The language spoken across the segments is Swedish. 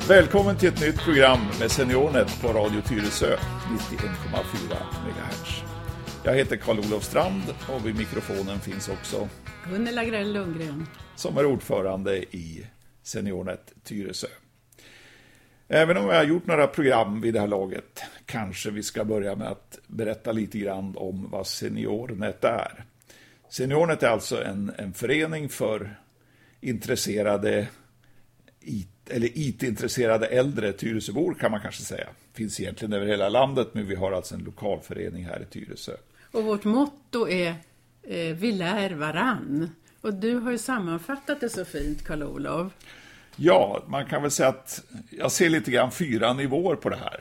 Välkommen till ett nytt program med SeniorNet på Radio Tyresö 91,4 MHz. Jag heter Carl-Olof Strand och vid mikrofonen finns också Gunilla Grell Lundgren som är ordförande i SeniorNet Tyresö. Även om jag har gjort några program vid det här laget kanske vi ska börja med att berätta lite grann om vad SeniorNet är. SeniorNet är alltså en förening för intresserade IT-intresserade äldre Tyresöbor kan man kanske säga. Finns egentligen över hela landet, men vi har alltså en lokalförening här i Tyresö. Och vårt motto är vi lär varann. Och du har ju sammanfattat det så fint, Carl-Olof. Ja, man kan väl säga att jag ser lite grann 4 nivåer på det här.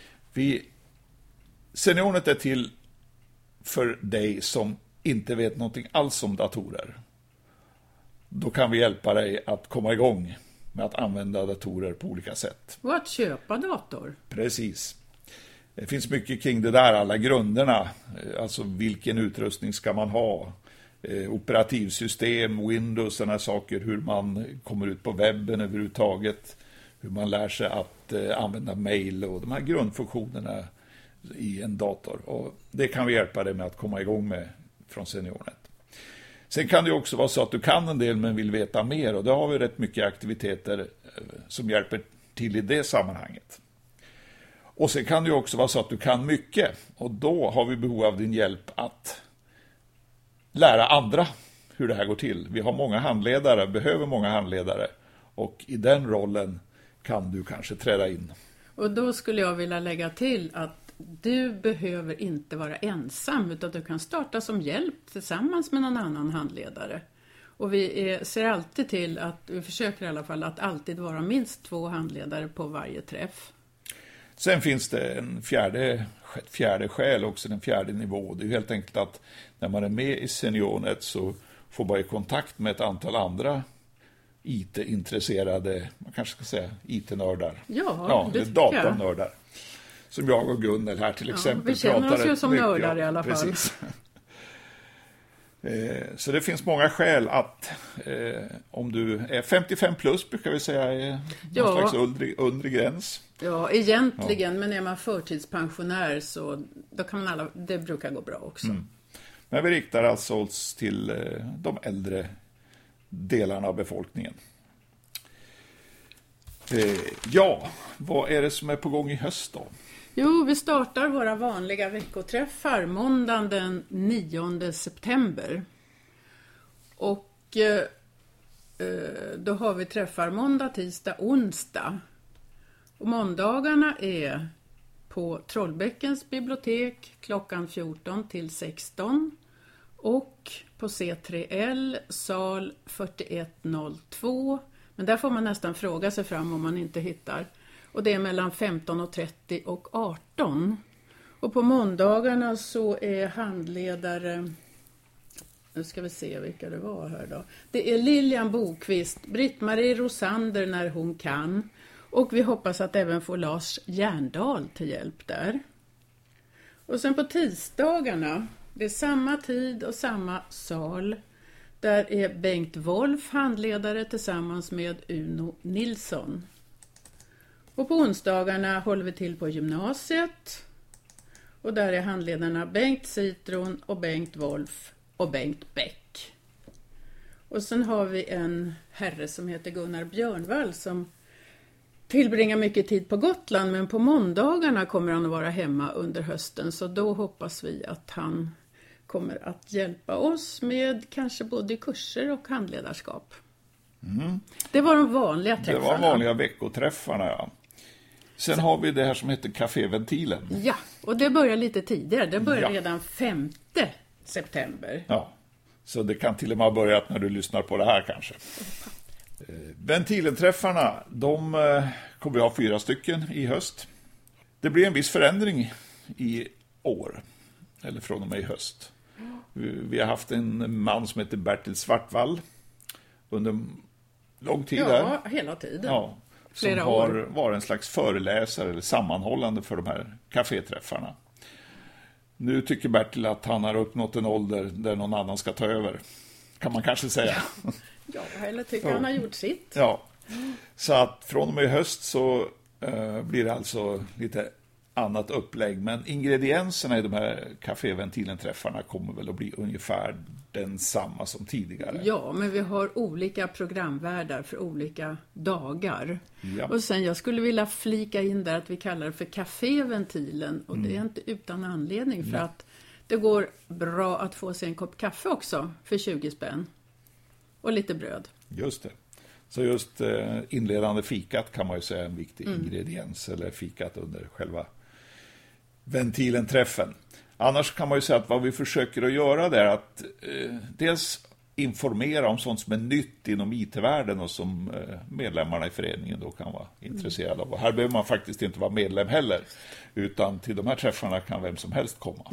SeniorNet är till för dig som inte vet någonting alls om datorer. Då kan vi hjälpa dig att komma igång med att använda datorer på olika sätt. Och att köpa dator. Precis. Det finns mycket kring det där, alla grunderna. Alltså vilken utrustning ska man ha? Operativsystem, Windows, sådana saker. Hur man kommer ut på webben överhuvudtaget. Hur man lär sig att använda mail och de här grundfunktionerna i en dator. Och det kan vi hjälpa dig med att komma igång med från SeniorNet. Sen kan det också vara så att du kan en del men vill veta mer, och då har vi rätt mycket aktiviteter som hjälper till i det sammanhanget. Och sen kan det också vara så att du kan mycket, och då har vi behov av din hjälp att lära andra hur det här går till. Vi har många handledare, behöver många handledare, och i den rollen kan du kanske träda in. Och då skulle jag vilja lägga till att du behöver inte vara ensam, utan du kan starta som hjälp tillsammans med någon annan handledare. Och vi ser alltid till att, vi försöker i alla fall att alltid vara minst 2 handledare på varje träff. Sen finns det en fjärde skäl också, den fjärde nivå. Det är helt enkelt att när man är med i SeniorNet så får man i kontakt med ett antal andra IT-intresserade, man kanske ska säga IT-nördar. Ja, det datanördar. Som jag och Gunnel här till exempel. Vi känner oss ju som nördar i alla fall. Precis. Så det finns många skäl att om du är 55 plus brukar vi säga är någon slags undre gräns. Ja, egentligen, men är man förtidspensionär så då kan man det brukar gå bra också. Mm. Men vi riktar alltså oss till de äldre delarna av befolkningen. Vad är det som är på gång i höst då? Jo, vi startar våra vanliga veckoträffar måndagen den 9 september. Och då har vi träffar måndag, tisdag, onsdag. Och måndagarna är på Trollbäckens bibliotek klockan 14 till 16. Och på C3L sal 4102. Men där får man nästan fråga sig fram om man inte hittar. Och det är mellan 15:30 och 18. Och på måndagarna så är handledare, nu ska vi se vilka det var här då. Det är Lilian Bokvist, Britt-Marie Rosander när hon kan. Och vi hoppas att även få Lars Järndal till hjälp där. Och sen på tisdagarna, det är samma tid och samma sal. Där är Bengt Wolf handledare tillsammans med Uno Nilsson. Och på onsdagarna håller vi till på gymnasiet. Och där är handledarna Bengt Citron och Bengt Wolf och Bengt Bäck. Och sen har vi en herre som heter Gunnar Björnvall som tillbringar mycket tid på Gotland. Men på måndagarna kommer han att vara hemma under hösten. Så då hoppas vi att han kommer att hjälpa oss med kanske både kurser och handledarskap. Mm. Det var de vanliga träffarna. Det var de vanliga veckoträffarna, ja. Sen har vi det här som heter Caféventilen. Ja, och det börjar lite tidigare. Det börjar redan 5 september. Ja, så det kan till och med ha börjat när du lyssnar på det här kanske. Ventilenträffarna, de kommer vi ha 4 stycken i höst. Det blir en viss förändring i år, eller från och med i höst. Vi har haft en man som heter Bertil Svartvall under lång tid där. Ja, hela tiden. Ja, som har varit en slags föreläsare eller sammanhållande för de här kaféträffarna. Nu tycker Bertil att han har uppnått en ålder där någon annan ska ta över. Kan man kanske säga. Ja, eller tycker han har gjort sitt. Ja, Så att från och med höst så blir det alltså lite annat upplägg. Men ingredienserna i de här kaféventilenträffarna kommer väl att bli ungefär densamma som tidigare. Ja, men vi har olika programvärdar för olika dagar. Ja. Och sen jag skulle vilja flika in där att vi kallar det för kaféventilen. Och det är inte utan anledning för att det går bra att få sig en kopp kaffe också för 20 spänn. Och lite bröd. Just det. Så just inledande fikat kan man ju säga är en viktig ingrediens. Eller fikat under själva ventilenträffen. Annars kan man ju säga att vad vi försöker att göra där är att dels informera om sånt som är nytt inom IT-världen och som medlemmarna i föreningen då kan vara intresserade av. Och här behöver man faktiskt inte vara medlem heller, utan till de här träffarna kan vem som helst komma.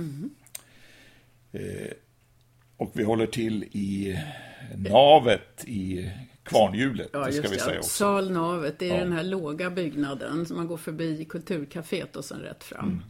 Och vi håller till i navet i Kvarnhjulet, Ja, det ska just vi det. säga också. Salnavet, det är den här låga byggnaden som man går förbi Kulturcaféet och sen rätt fram.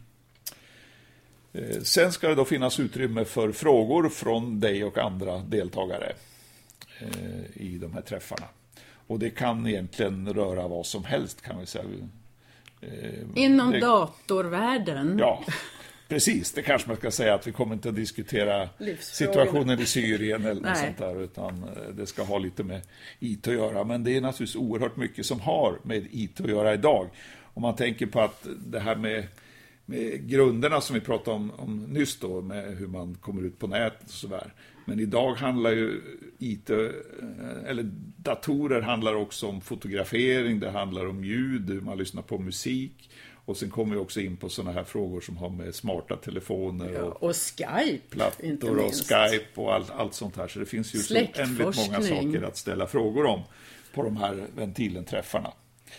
Sen ska det då finnas utrymme för frågor från dig och andra deltagare i de här träffarna. Och det kan egentligen röra vad som helst kan vi säga. Inom datorvärlden. Ja, precis. Det kanske man ska säga att vi kommer inte att diskutera situationen i Syrien eller något sånt där, utan det ska ha lite med IT att göra. Men det är naturligtvis oerhört mycket som har med IT att göra idag. Om man tänker på att det här med grunderna som vi pratade om nyss då, med hur man kommer ut på nätet och sådär. Men idag handlar ju IT, eller datorer handlar också om fotografering, det handlar om ljud, hur man lyssnar på musik. Och sen kommer vi också in på sådana här frågor som har med smarta telefoner och Skype, plattor och Skype och allt sånt här. Så det finns ju så oändligt många saker att ställa frågor om på de här ventilenträffarna.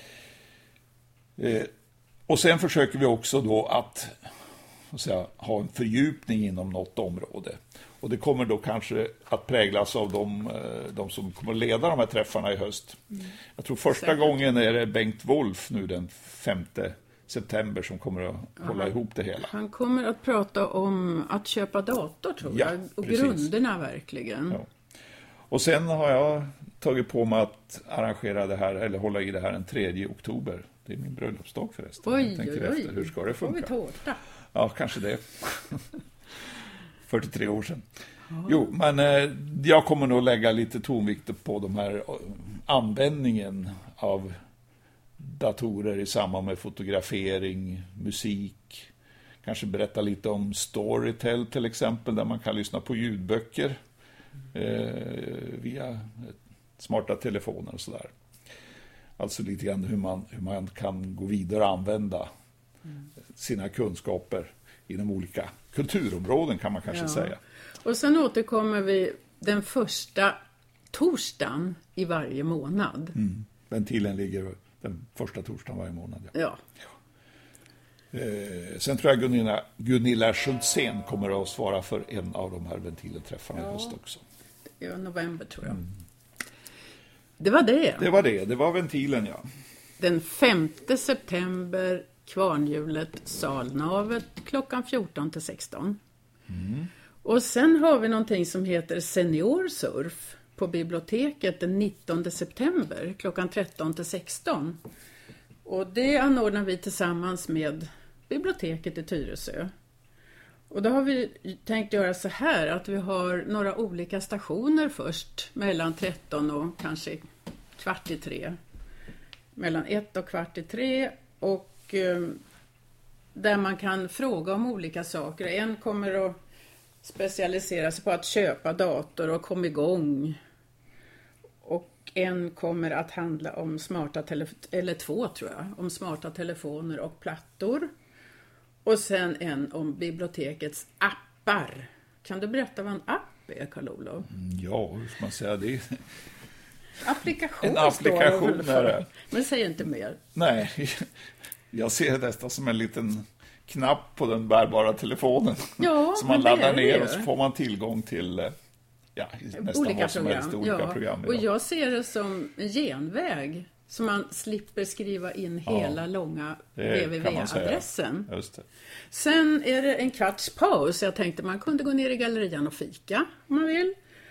Och sen försöker vi också då att ha en fördjupning inom något område. Och det kommer då kanske att präglas av de som kommer att leda de här träffarna i höst. Jag tror första gången är det Bengt Wolf nu den 5 september som kommer att hålla ihop det hela. Han kommer att prata om att köpa dator tror jag. Och precis. Grunderna verkligen. Ja. Och sen har jag tagit på mig att arrangera det här, eller hålla i det här den 3 oktober. Det är min bröllopsdag förresten. Oj. Efter, hur ska det funka? Får vi tårta? Ja, kanske det. 43 år sedan. Jo, men jag kommer nog lägga lite tonvikt på de här användningen av datorer i samband med fotografering, musik. Kanske berätta lite om Storytel till exempel, där man kan lyssna på ljudböcker via smarta telefoner och sådär. Alltså lite grann hur man kan gå vidare och använda sina kunskaper inom olika kulturområden kan man kanske säga. Och sen återkommer vi den första torsdagen i varje månad. Ventilen ligger den första torsdagen varje månad. Ja. Sen tror jag Gunilla Schultzén kommer att svara för en av de här ventilenträffarna i höst också. Ja, november tror jag. Det var det. Det var ventilen, ja. Den 5 september, Kvarnhjulet, Salnavet, klockan 14 till 16. Och sen har vi någonting som heter Seniorsurf på biblioteket den 19 september, klockan 13 till 16. Och det anordnar vi tillsammans med biblioteket i Tyresö. Och då har vi tänkt göra så här att vi har några olika stationer först mellan 13 och kanske 14:45. Mellan 1 och 14:45 och där man kan fråga om olika saker. En kommer att specialisera sig på att köpa dator och komma igång. Och en kommer att handla om eller 2 tror jag, om smarta telefoner och plattor. Och sen en om bibliotekets appar. Kan du berätta vad en app är, Carl-Olof? Ja, hur ska man säga det? En applikation är det. Men säg inte mer. Nej, jag ser det nästan som en liten knapp på den bärbara telefonen. Ja, som man laddar ner och så får man tillgång till nästan olika vad som helst, olika program. Och jag ser det som en genväg. Så man slipper skriva in hela långa www-adressen. Just det. Sen är det en kvarts paus. Jag tänkte man kunde gå ner i gallerian och fika om man vill.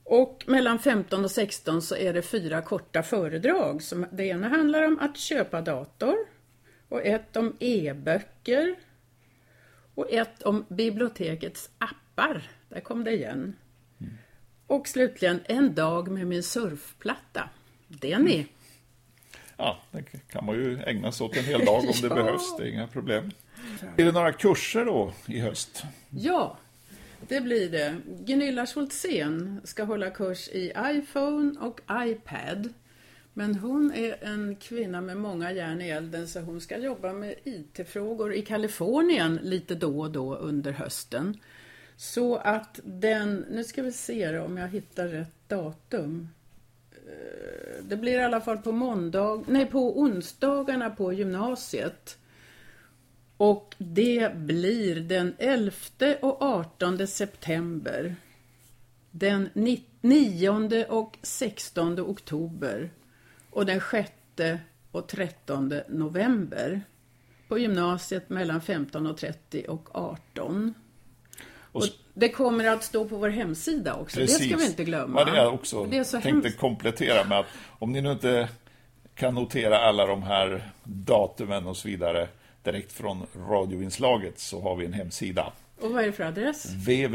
Och mellan 15 och 16 så är det 4 korta föredrag. Det ena handlar om att köpa dator, och ett om e-böcker, och ett om bibliotekets appar. Där kom det igen. Och slutligen en dag med min surfplatta. Det är ni. Ja, det kan man ju ägna sig åt en hel dag om det behövs. Det är inga problem. Är det några kurser då i höst? Ja, det blir det. Gunilla Schultzén ska hålla kurs i iPhone och iPad. Men hon är en kvinna med många järn i elden, så hon ska jobba med IT-frågor i Kalifornien lite då och då under hösten. Så att nu ska vi se om jag hittar rätt datum. Det blir i alla fall på onsdagarna på gymnasiet. Och det blir den 11 och 18 september, den 9 och 16 oktober och den 6 och 13 november på gymnasiet mellan 15:30 och 18. Och det kommer att stå på vår hemsida också. Precis. Det ska vi inte glömma. Ja, det är också det är så tänkte hemskt. komplettera med att om ni nu inte kan notera alla de här datumen och så vidare direkt från radioinslaget, så har vi en hemsida. Och vad är det för adress?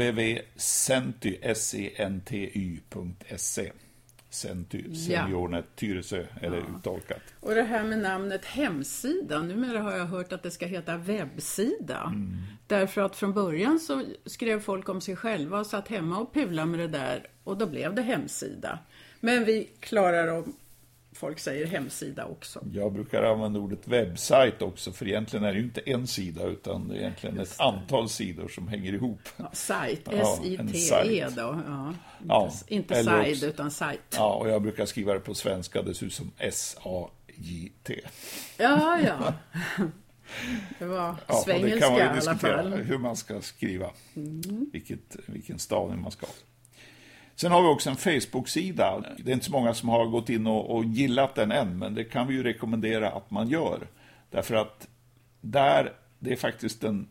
www.senty.se. Senty, Seniornet, Tyresö, eller uttolkat. Och det här med namnet hemsida, numera har jag hört att det ska heta webbsida. Därför att från början så skrev folk om sig själva och satt hemma och pulade med det där, och då blev det hemsida. Men vi klarar om folk säger hemsida också. Jag brukar använda ordet webbsite också, för egentligen är det ju inte en sida utan det är egentligen ett antal sidor som hänger ihop. Ja, site, Ja, S-I-T-E en då. Inte eller side också, utan site. Ja, och jag brukar skriva det på svenska dessutom S-A-J-T. Ja. Det var svengelska det kan man ju i alla diskutera fall. hur man ska skriva. Vilken stavning man ska ha. Sen har vi också en Facebook-sida. Det är inte så många som har gått in och gillat den än, men det kan vi ju rekommendera att man gör. Därför att det är faktiskt den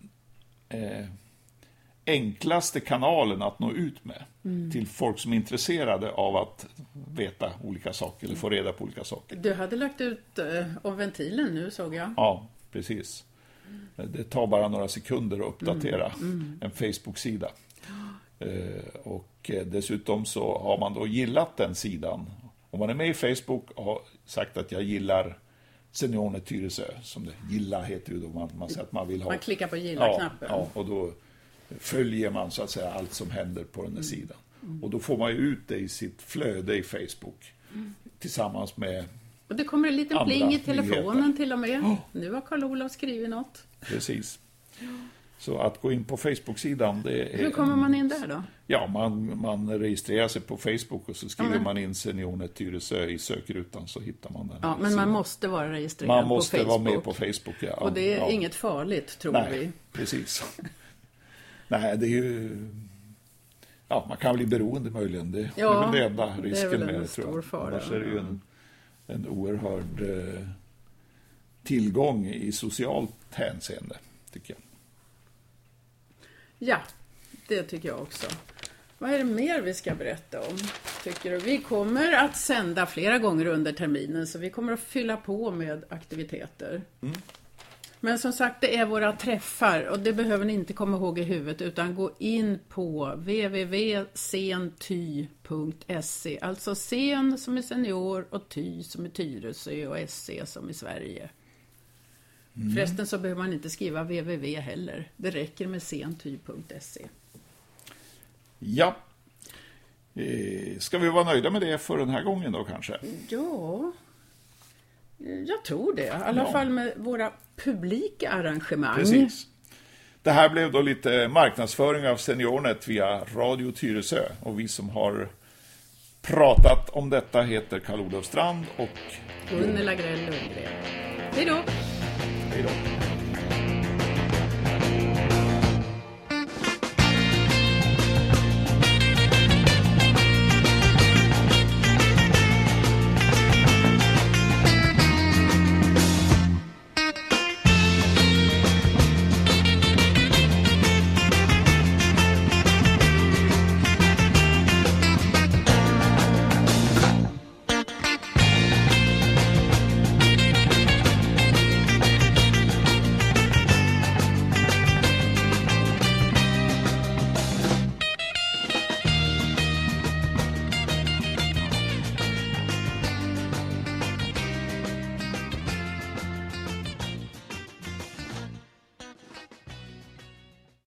enklaste kanalen att nå ut med till folk som är intresserade av att veta olika saker eller få reda på olika saker. Du hade lagt ut om ventilen nu, såg jag. Ja, precis. Det tar bara några sekunder att uppdatera en Facebook-sida. Och dessutom så har man då gillat den sidan. Om man är med i Facebook och har sagt att jag gillar Seniornet Tyresö, som det gilla heter ju då, man säger att man vill ha. Man klickar på gilla-knappen. Ja, och då följer man så att säga allt som händer på den här sidan. Och då får man ju ut det i sitt flöde i Facebook tillsammans med. Och det kommer en liten pling i telefonen nyheter. till och med. Nu har Karl-Olof skrivit något. Precis. Så att gå in på Facebook-sidan, det är. Hur kommer man in där då? Ja, man registrerar sig på Facebook och så skriver man in Seniornet Tyresö i sökrutan, så hittar man den. Ja, men man måste vara registrerad Man på måste Facebook. vara med på Facebook, ja. Och det är inget farligt, tror vi. Nej, precis. Nej, det är ju. Ja, man kan bli beroende möjligen. Det är väl det enda risken med det, tror jag. Fara. Annars är det ju en oerhörd tillgång i socialt hänseende, tycker jag. Ja, det tycker jag också. Vad är det mer vi ska berätta om, tycker du? Vi kommer att sända flera gånger under terminen, så vi kommer att fylla på med aktiviteter. Men som sagt, det är våra träffar, och det behöver ni inte komma ihåg i huvudet, utan gå in på www.senty.se. Alltså sen som är senior och ty som är Tyresö och SC som är Sverige. Förresten så behöver man inte skriva www heller. Det räcker med senty.se. Ja. Ska vi vara nöjda med det för den här gången då kanske? Ja, jag tror det. I alla fall med våra publika arrangemang. Precis. Det här blev då lite marknadsföring av Seniornet via Radio Tyresö. Och vi som har pratat om detta heter Karl-Olof Strand och Gunilla Grell Lundgren. Hej då! Hej då!